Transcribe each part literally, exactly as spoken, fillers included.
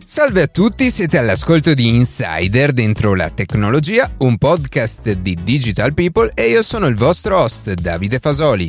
Salve a tutti, siete all'ascolto di Insider dentro la tecnologia, un podcast di Digital People e io sono il vostro host Davide Fasoli.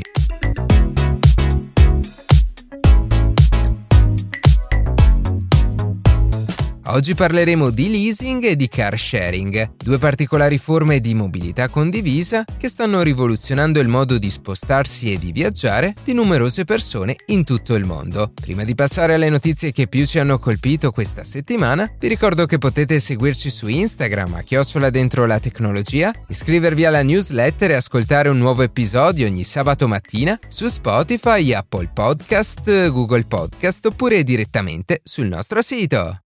Oggi parleremo di leasing e di car sharing, due particolari forme di mobilità condivisa che stanno rivoluzionando il modo di spostarsi e di viaggiare di numerose persone in tutto il mondo. Prima di passare alle notizie che più ci hanno colpito questa settimana, vi ricordo che potete seguirci su Instagram a chiocciola dentro la tecnologia, iscrivervi alla newsletter e ascoltare un nuovo episodio ogni sabato mattina su Spotify, Apple Podcast, Google Podcast oppure direttamente sul nostro sito.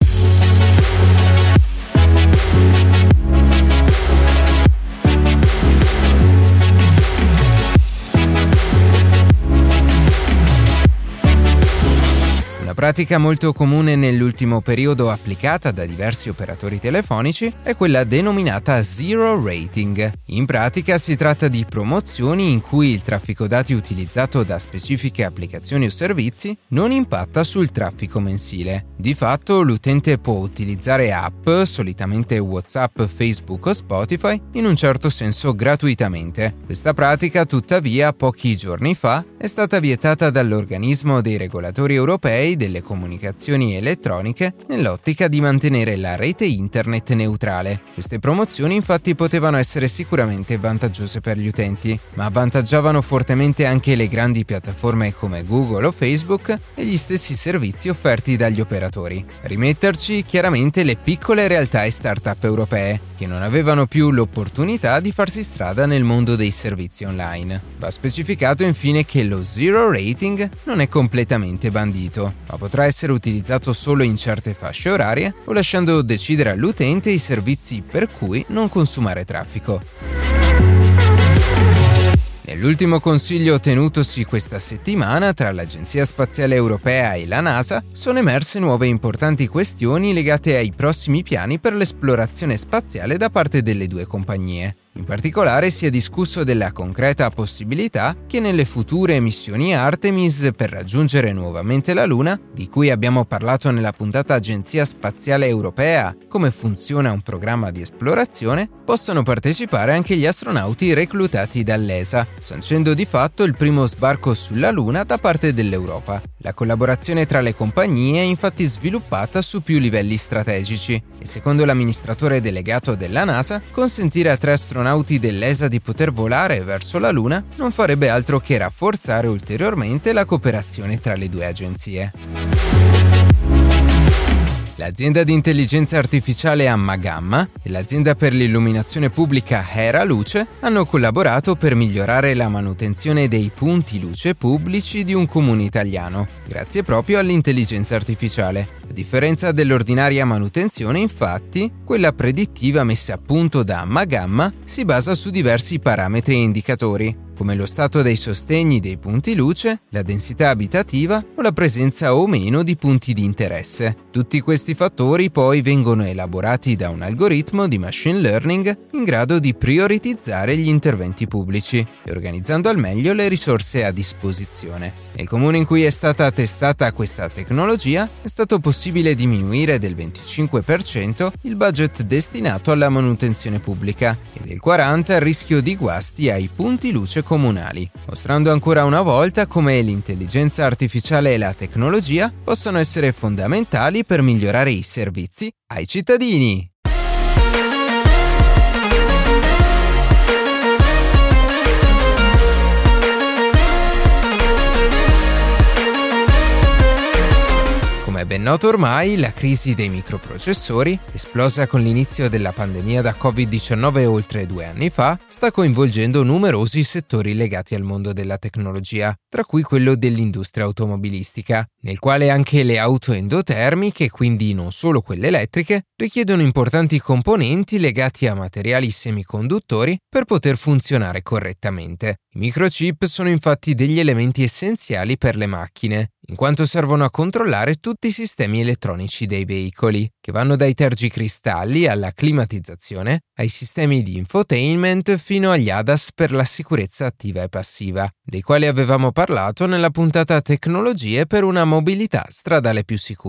Una pratica molto comune nell'ultimo periodo applicata da diversi operatori telefonici è quella denominata Zero Rating. In pratica si tratta di promozioni in cui il traffico dati utilizzato da specifiche applicazioni o servizi non impatta sul traffico mensile. Di fatto l'utente può utilizzare app, solitamente WhatsApp, Facebook o Spotify, in un certo senso gratuitamente. Questa pratica, tuttavia, pochi giorni fa è stata vietata dall'organismo dei regolatori europei delle comunicazioni elettroniche nell'ottica di mantenere la rete internet neutrale. Queste promozioni infatti potevano essere sicuramente vantaggiose per gli utenti, ma avvantaggiavano fortemente anche le grandi piattaforme come Google o Facebook e gli stessi servizi offerti dagli operatori. A rimetterci chiaramente le piccole realtà e start-up europee, che non avevano più l'opportunità di farsi strada nel mondo dei servizi online. Va specificato infine che lo Zero Rating non è completamente bandito, ma potrà essere utilizzato solo in certe fasce orarie o lasciando decidere all'utente i servizi per cui non consumare traffico. Nell'ultimo consiglio tenutosi questa settimana tra l'Agenzia Spaziale Europea e la NASA sono emerse nuove importanti questioni legate ai prossimi piani per l'esplorazione spaziale da parte delle due compagnie. In particolare si è discusso della concreta possibilità che nelle future missioni Artemis per raggiungere nuovamente la Luna, di cui abbiamo parlato nella puntata Agenzia Spaziale Europea, come funziona un programma di esplorazione, possano partecipare anche gli astronauti reclutati dall'E S A, sancendo di fatto il primo sbarco sulla Luna da parte dell'Europa. La collaborazione tra le compagnie è infatti sviluppata su più livelli strategici e secondo l'amministratore delegato della NASA, consentire a tre astronauti dell'E S A di poter volare verso la Luna non farebbe altro che rafforzare ulteriormente la cooperazione tra le due agenzie. L'azienda di intelligenza artificiale Ammagamma e l'azienda per l'illuminazione pubblica Hera Luce hanno collaborato per migliorare la manutenzione dei punti luce pubblici di un comune italiano, grazie proprio all'intelligenza artificiale. A differenza dell'ordinaria manutenzione, infatti, quella predittiva messa a punto da Ammagamma si basa su diversi parametri e indicatori, come lo stato dei sostegni dei punti luce, la densità abitativa o la presenza o meno di punti di interesse. Tutti questi fattori poi vengono elaborati da un algoritmo di machine learning in grado di prioritizzare gli interventi pubblici e organizzando al meglio le risorse a disposizione. Nel comune in cui è stata testata questa tecnologia è stato possibile diminuire del venticinque per cento il budget destinato alla manutenzione pubblica e del quaranta per cento il rischio di guasti ai punti luce comunali, mostrando ancora una volta come l'intelligenza artificiale e la tecnologia possono essere fondamentali per migliorare i servizi ai cittadini. Come è ben noto ormai, la crisi dei microprocessori, esplosa con l'inizio della pandemia da covid diciannove oltre due anni fa, sta coinvolgendo numerosi settori legati al mondo della tecnologia, tra cui quello dell'industria automobilistica, nel quale anche le auto endotermiche, quindi non solo quelle elettriche, richiedono importanti componenti legati a materiali semiconduttori per poter funzionare correttamente. I microchip sono infatti degli elementi essenziali per le macchine, in quanto servono a controllare tutti i sistemi elettronici dei veicoli, che vanno dai tergicristalli alla climatizzazione, ai sistemi di infotainment fino agli A D A S per la sicurezza attiva e passiva, dei quali avevamo parlato nella puntata Tecnologie per una mobilità stradale più sicura.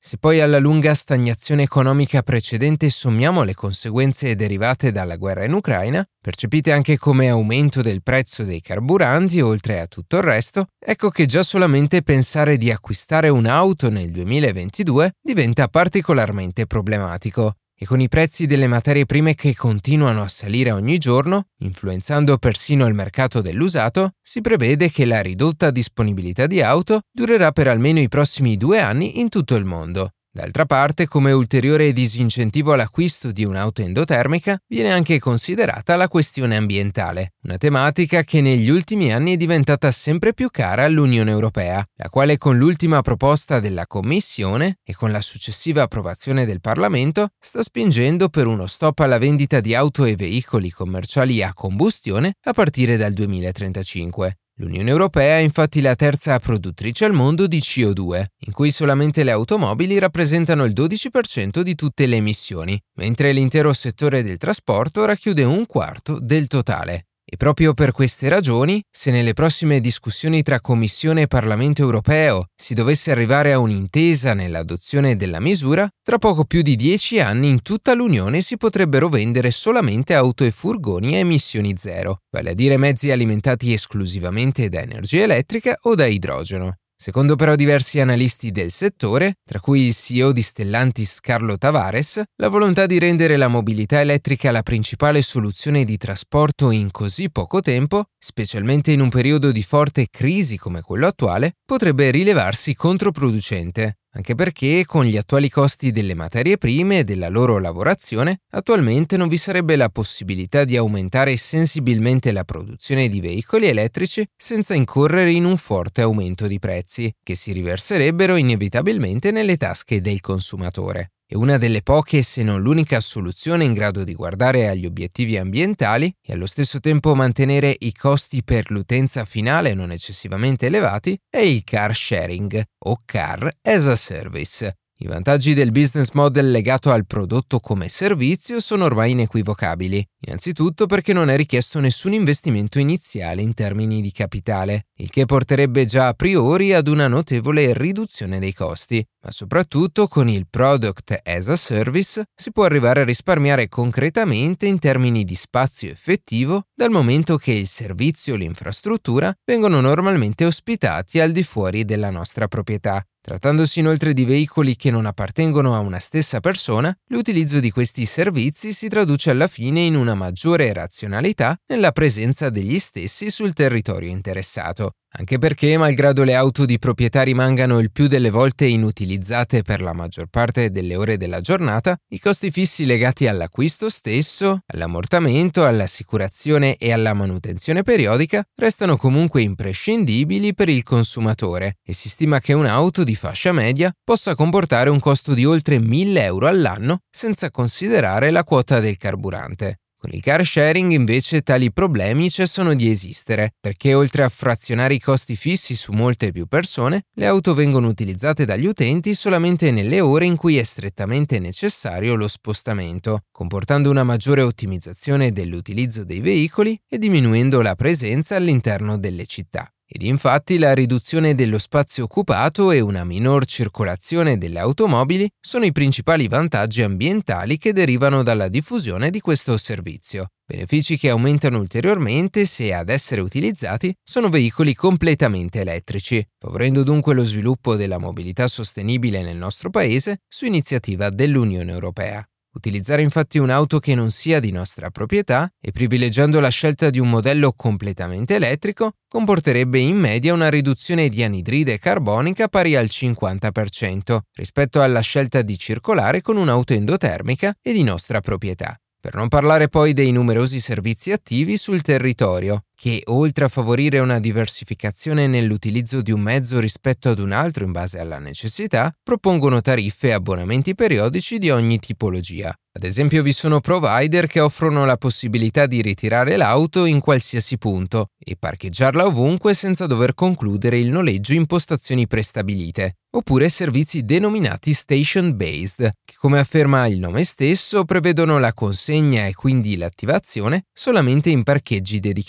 Se poi alla lunga stagnazione economica precedente sommiamo le conseguenze derivate dalla guerra in Ucraina, percepite anche come aumento del prezzo dei carburanti oltre a tutto il resto, ecco che già solamente pensare di acquistare un'auto nel duemilaventidue diventa particolarmente problematico. E con i prezzi delle materie prime che continuano a salire ogni giorno, influenzando persino il mercato dell'usato, si prevede che la ridotta disponibilità di auto durerà per almeno i prossimi due anni in tutto il mondo. D'altra parte, come ulteriore disincentivo all'acquisto di un'auto endotermica, viene anche considerata la questione ambientale, una tematica che negli ultimi anni è diventata sempre più cara all'Unione Europea, la quale con l'ultima proposta della Commissione e con la successiva approvazione del Parlamento sta spingendo per uno stop alla vendita di auto e veicoli commerciali a combustione a partire dal duemilatrentacinque. L'Unione Europea è infatti la terza produttrice al mondo di C O due, in cui solamente le automobili rappresentano il dodici per cento di tutte le emissioni, mentre l'intero settore del trasporto racchiude un quarto del totale. E proprio per queste ragioni, se nelle prossime discussioni tra Commissione e Parlamento europeo si dovesse arrivare a un'intesa nell'adozione della misura, tra poco più di dieci anni in tutta l'Unione si potrebbero vendere solamente auto e furgoni a emissioni zero, vale a dire mezzi alimentati esclusivamente da energia elettrica o da idrogeno. Secondo però diversi analisti del settore, tra cui il C E O di Stellantis Carlo Tavares, la volontà di rendere la mobilità elettrica la principale soluzione di trasporto in così poco tempo, specialmente in un periodo di forte crisi come quello attuale, potrebbe rilevarsi controproducente. Anche perché, con gli attuali costi delle materie prime e della loro lavorazione, attualmente non vi sarebbe la possibilità di aumentare sensibilmente la produzione di veicoli elettrici senza incorrere in un forte aumento di prezzi, che si riverserebbero inevitabilmente nelle tasche del consumatore. E una delle poche, se non l'unica soluzione in grado di guardare agli obiettivi ambientali e allo stesso tempo mantenere i costi per l'utenza finale non eccessivamente elevati, è il car sharing o car as a service. I vantaggi del business model legato al prodotto come servizio sono ormai inequivocabili, innanzitutto perché non è richiesto nessun investimento iniziale in termini di capitale, il che porterebbe già a priori ad una notevole riduzione dei costi, ma soprattutto con il product as a service si può arrivare a risparmiare concretamente in termini di spazio effettivo, dal momento che il servizio e l'infrastruttura vengono normalmente ospitati al di fuori della nostra proprietà. Trattandosi inoltre di veicoli che non appartengono a una stessa persona, l'utilizzo di questi servizi si traduce alla fine in una maggiore razionalità nella presenza degli stessi sul territorio interessato. Anche perché, malgrado le auto di proprietà rimangano il più delle volte inutilizzate per la maggior parte delle ore della giornata, i costi fissi legati all'acquisto stesso, all'ammortamento, all'assicurazione e alla manutenzione periodica restano comunque imprescindibili per il consumatore e si stima che un'auto di fascia media possa comportare un costo di oltre mille euro all'anno senza considerare la quota del carburante. Con il car sharing invece tali problemi cessano di esistere, perché oltre a frazionare i costi fissi su molte più persone, le auto vengono utilizzate dagli utenti solamente nelle ore in cui è strettamente necessario lo spostamento, comportando una maggiore ottimizzazione dell'utilizzo dei veicoli e diminuendo la presenza all'interno delle città. Ed infatti la riduzione dello spazio occupato e una minor circolazione delle automobili sono i principali vantaggi ambientali che derivano dalla diffusione di questo servizio. Benefici che aumentano ulteriormente se ad essere utilizzati sono veicoli completamente elettrici, favorendo dunque lo sviluppo della mobilità sostenibile nel nostro paese su iniziativa dell'Unione Europea. Utilizzare infatti un'auto che non sia di nostra proprietà e privilegiando la scelta di un modello completamente elettrico comporterebbe in media una riduzione di anidride carbonica pari al cinquanta per cento rispetto alla scelta di circolare con un'auto endotermica e di nostra proprietà. Per non parlare poi dei numerosi servizi attivi sul territorio, che, oltre a favorire una diversificazione nell'utilizzo di un mezzo rispetto ad un altro in base alla necessità, propongono tariffe e abbonamenti periodici di ogni tipologia. Ad esempio vi sono provider che offrono la possibilità di ritirare l'auto in qualsiasi punto e parcheggiarla ovunque senza dover concludere il noleggio in postazioni prestabilite, oppure servizi denominati station-based, che come afferma il nome stesso prevedono la consegna e quindi l'attivazione solamente in parcheggi dedicati.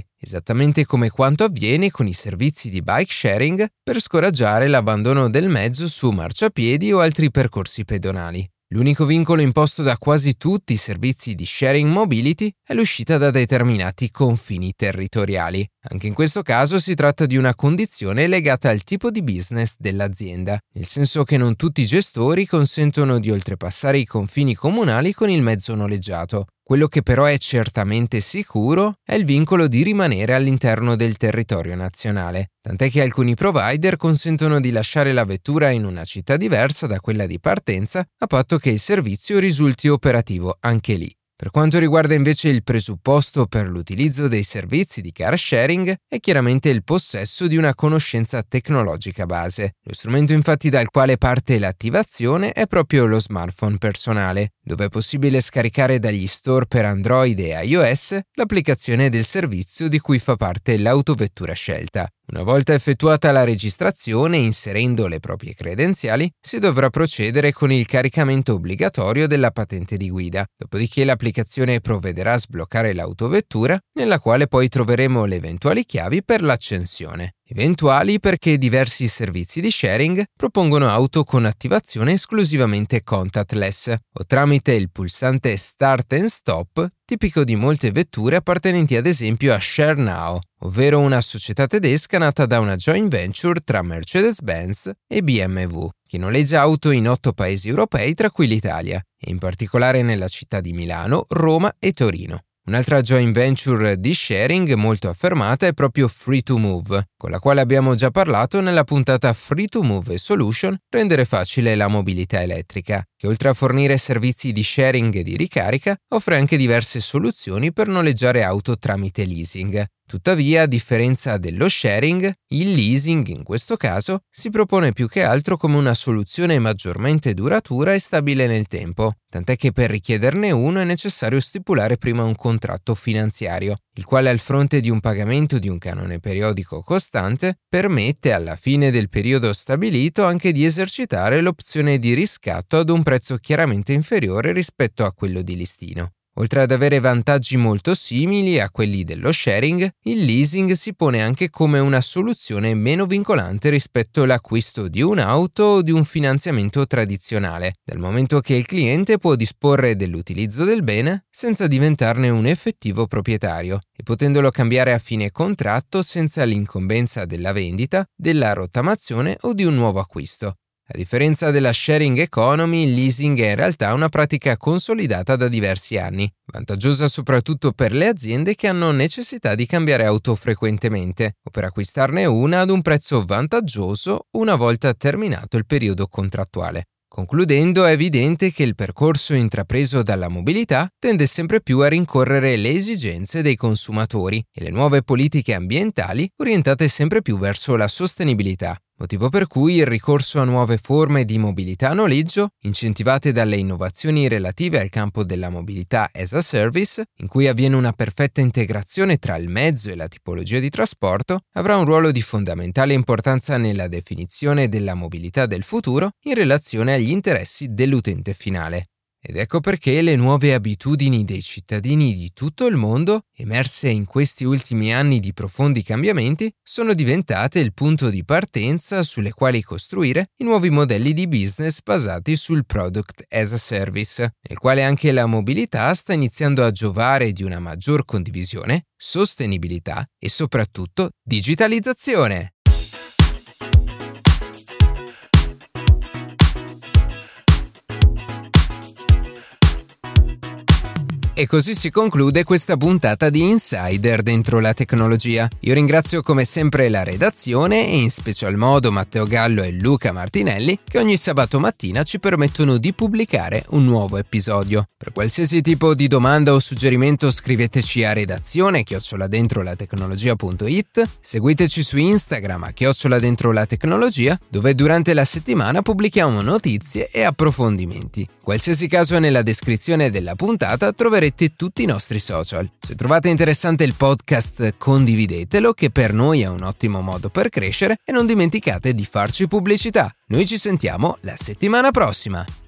esattamente come quanto avviene con i servizi di bike sharing per scoraggiare l'abbandono del mezzo su marciapiedi o altri percorsi pedonali. L'unico vincolo imposto da quasi tutti i servizi di sharing mobility è l'uscita da determinati confini territoriali. Anche in questo caso si tratta di una condizione legata al tipo di business dell'azienda, nel senso che non tutti i gestori consentono di oltrepassare i confini comunali con il mezzo noleggiato. Quello che però è certamente sicuro è il vincolo di rimanere all'interno del territorio nazionale, tant'è che alcuni provider consentono di lasciare la vettura in una città diversa da quella di partenza a patto che il servizio risulti operativo anche lì. Per quanto riguarda invece il presupposto per l'utilizzo dei servizi di car sharing, è chiaramente il possesso di una conoscenza tecnologica base. Lo strumento infatti dal quale parte l'attivazione è proprio lo smartphone personale, dove è possibile scaricare dagli store per Android e iOS l'applicazione del servizio di cui fa parte l'autovettura scelta. Una volta effettuata la registrazione inserendo le proprie credenziali, si dovrà procedere con il caricamento obbligatorio della patente di guida, dopodiché l'applicazione provvederà a sbloccare l'autovettura, nella quale poi troveremo le eventuali chiavi per l'accensione. Eventuali perché diversi servizi di sharing propongono auto con attivazione esclusivamente contactless o tramite il pulsante Start and Stop, tipico di molte vetture appartenenti ad esempio a ShareNow, ovvero una società tedesca nata da una joint venture tra Mercedes-Benz e B M W, che noleggia auto in otto paesi europei tra cui l'Italia, e in particolare nella città di Milano, Roma e Torino. Un'altra joint venture di sharing molto affermata è proprio Free to Move, con la quale abbiamo già parlato nella puntata Free to Move Solution, rendere facile la mobilità elettrica, che oltre a fornire servizi di sharing e di ricarica, offre anche diverse soluzioni per noleggiare auto tramite leasing. Tuttavia, a differenza dello sharing, il leasing in questo caso si propone più che altro come una soluzione maggiormente duratura e stabile nel tempo, tant'è che per richiederne uno è necessario stipulare prima un contratto finanziario, il quale al fronte di un pagamento di un canone periodico costante permette alla fine del periodo stabilito anche di esercitare l'opzione di riscatto ad un prezzo chiaramente inferiore rispetto a quello di listino. Oltre ad avere vantaggi molto simili a quelli dello sharing, il leasing si pone anche come una soluzione meno vincolante rispetto all'acquisto di un'auto o di un finanziamento tradizionale, dal momento che il cliente può disporre dell'utilizzo del bene senza diventarne un effettivo proprietario e potendolo cambiare a fine contratto senza l'incombenza della vendita, della rottamazione o di un nuovo acquisto. A differenza della sharing economy, il leasing è in realtà una pratica consolidata da diversi anni, vantaggiosa soprattutto per le aziende che hanno necessità di cambiare auto frequentemente o per acquistarne una ad un prezzo vantaggioso una volta terminato il periodo contrattuale. Concludendo, è evidente che il percorso intrapreso dalla mobilità tende sempre più a rincorrere le esigenze dei consumatori e le nuove politiche ambientali orientate sempre più verso la sostenibilità. Motivo per cui il ricorso a nuove forme di mobilità a noleggio, incentivate dalle innovazioni relative al campo della mobilità as a service, in cui avviene una perfetta integrazione tra il mezzo e la tipologia di trasporto, avrà un ruolo di fondamentale importanza nella definizione della mobilità del futuro in relazione agli interessi dell'utente finale. Ed ecco perché le nuove abitudini dei cittadini di tutto il mondo, emerse in questi ultimi anni di profondi cambiamenti, sono diventate il punto di partenza sulle quali costruire i nuovi modelli di business basati sul product as a service, nel quale anche la mobilità sta iniziando a giovare di una maggior condivisione, sostenibilità e soprattutto digitalizzazione. E così si conclude questa puntata di Insider dentro la tecnologia. Io ringrazio come sempre la redazione e in special modo Matteo Gallo e Luca Martinelli che ogni sabato mattina ci permettono di pubblicare un nuovo episodio. Per qualsiasi tipo di domanda o suggerimento scriveteci a redazione chiocciola dentro la tecnologia punto it, seguiteci su Instagram a chiocciola dentro la tecnologia, dove durante la settimana pubblichiamo notizie e approfondimenti. In qualsiasi caso nella descrizione della puntata troverete tutti i nostri social. Se trovate interessante il podcast, condividetelo, che per noi è un ottimo modo per crescere, e non dimenticate di farci pubblicità. Noi ci sentiamo la settimana prossima.